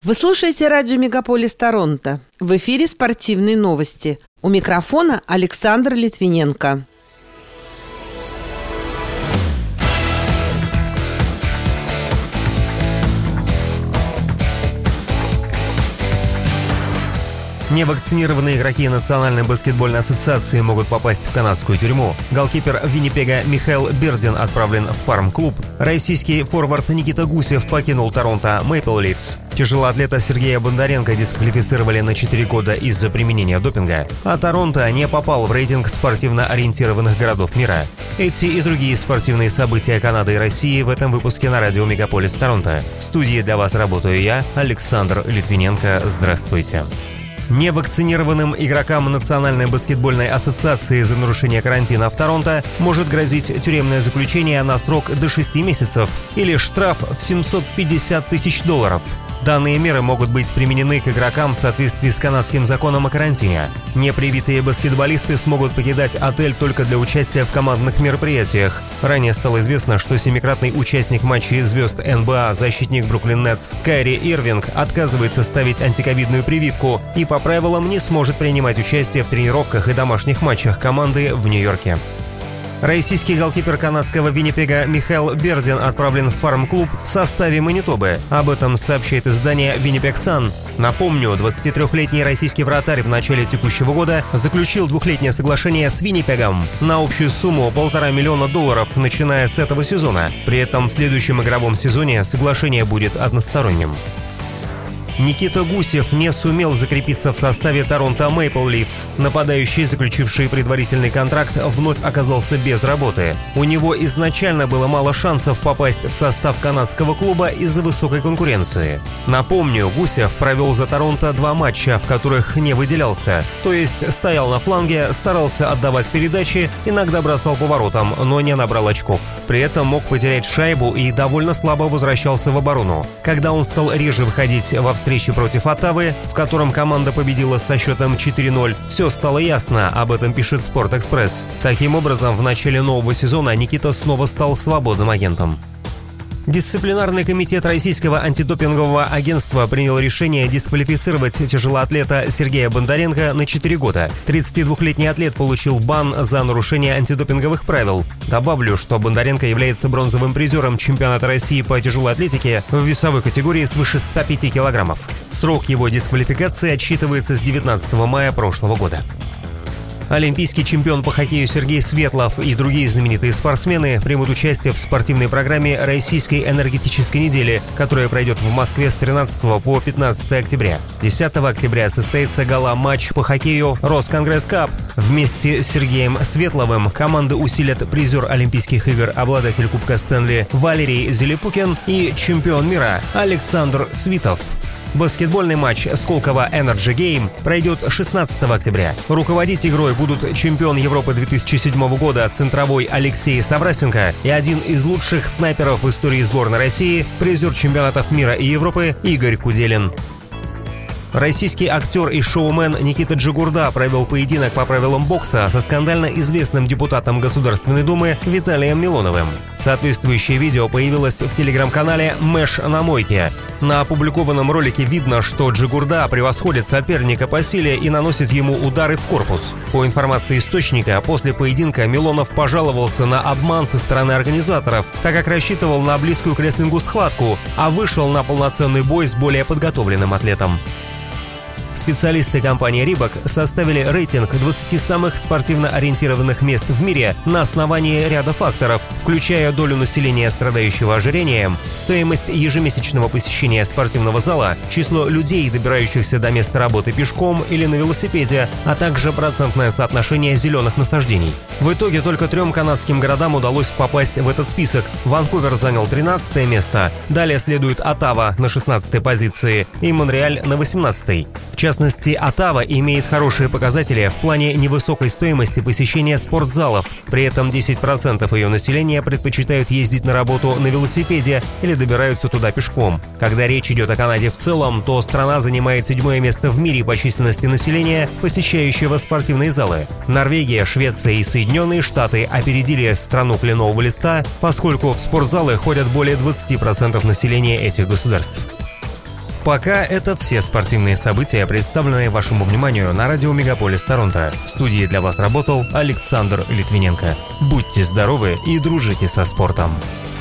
Вы слушаете радио «Мегаполис Торонто». В эфире спортивные новости. У микрофона Александр Литвиненко. Невакцинированные игроки Национальной баскетбольной ассоциации могут попасть в канадскую тюрьму. Голкипер Виннипега Михаил Бердин отправлен в фарм-клуб. Российский форвард Никита Гусев покинул Торонто Мэйпл Лифс. Тяжелоатлета Сергея Бондаренко дисквалифицировали на 4 года из-за применения допинга. А Торонто не попал в рейтинг спортивно ориентированных городов мира. Эти и другие спортивные события Канады и России в этом выпуске на радио «Мегаполис Торонто». В студии для вас работаю я, Александр Литвиненко. Здравствуйте. Невакцинированным игрокам Национальной баскетбольной ассоциации за нарушение карантина в Торонто может грозить тюремное заключение на срок до 6 месяцев или штраф в $750 тысяч. Данные меры могут быть применены к игрокам в соответствии с канадским законом о карантине. Непривитые баскетболисты смогут покидать отель только для участия в командных мероприятиях. Ранее стало известно, что семикратный участник матчей звезд НБА, защитник Бруклин Нетс Кайри Ирвинг отказывается ставить антиковидную прививку и по правилам не сможет принимать участие в тренировках и домашних матчах команды в Нью-Йорке. Российский голкипер канадского Виннипега Михаил Бердин отправлен в фарм-клуб в составе Манитобы. Об этом сообщает издание Winnipeg Sun. Напомню, 23-летний российский вратарь в начале текущего года заключил двухлетнее соглашение с Виннипегом на общую сумму $1,5 миллиона, начиная с этого сезона. При этом в следующем игровом сезоне соглашение будет односторонним. Никита Гусев не сумел закрепиться в составе Торонто Мэйпл Лифс. Нападающий, заключивший предварительный контракт, вновь оказался без работы. У него изначально было мало шансов попасть в состав канадского клуба из-за высокой конкуренции. Напомню, Гусев провел за Торонто 2 матча, в которых не выделялся. То есть стоял на фланге, старался отдавать передачи, иногда бросал по воротам, но не набрал очков. При этом мог потерять шайбу и довольно слабо возвращался в оборону. Когда он стал реже выходить во встрече против Оттавы, в котором команда победила со счетом 4-0, все стало ясно, об этом пишет Спорт-Экспресс. Таким образом, в начале нового сезона Никита снова стал свободным агентом. Дисциплинарный комитет Российского антидопингового агентства принял решение дисквалифицировать тяжелоатлета Сергея Бондаренко на 4 года. 32-летний атлет получил бан за нарушение антидопинговых правил. Добавлю, что Бондаренко является бронзовым призером чемпионата России по тяжелой атлетике в весовой категории свыше 105 килограммов. Срок его дисквалификации отсчитывается с 19 мая прошлого года. Олимпийский чемпион по хоккею Сергей Светлов и другие знаменитые спортсмены примут участие в спортивной программе Российской энергетической недели, которая пройдет в Москве с 13 по 15 октября. 10 октября состоится гала-матч по хоккею «Росконгресс Кап». Вместе с Сергеем Светловым команды усилят призер Олимпийских игр, обладатель Кубка Стэнли Валерий Зелепукин и чемпион мира Александр Свитов. Баскетбольный матч «Сколково Energy Game» пройдет 16 октября. Руководить игрой будут чемпион Европы 2007 года центровой Алексей Саврасенко и один из лучших снайперов в истории сборной России, призер чемпионатов мира и Европы Игорь Куделин. Российский актер и шоумен Никита Джигурда провел поединок по правилам бокса со скандально известным депутатом Государственной Думы Виталием Милоновым. Соответствующее видео появилось в телеграм-канале «Мэш на мойке». На опубликованном ролике видно, что Джигурда превосходит соперника по силе и наносит ему удары в корпус. По информации источника, после поединка Милонов пожаловался на обман со стороны организаторов, так как рассчитывал на близкую к рестлингу схватку, а вышел на полноценный бой с более подготовленным атлетом. Специалисты компании Reebok составили рейтинг 20 самых спортивно ориентированных мест в мире на основании ряда факторов, включая долю населения, страдающего ожирением, стоимость ежемесячного посещения спортивного зала, число людей, добирающихся до места работы пешком или на велосипеде, а также процентное соотношение зеленых насаждений. В итоге только 3 канадским городам удалось попасть в этот список. Ванкувер занял 13 место, далее следует Оттава на 16 позиции и Монреаль на 18. В частности, Оттава имеет хорошие показатели в плане невысокой стоимости посещения спортзалов. При этом 10% ее населения предпочитают ездить на работу на велосипеде или добираются туда пешком. Когда речь идет о Канаде в целом, то страна занимает 7-е место в мире по численности населения, посещающего спортивные залы. Норвегия, Швеция и Соединенные Штаты опередили страну кленового листа, поскольку в спортзалы ходят более 20% населения этих государств. Пока это все спортивные события, представленные вашему вниманию на радио Мегаполис Торонто. В студии для вас работал Александр Литвиненко. Будьте здоровы и дружите со спортом.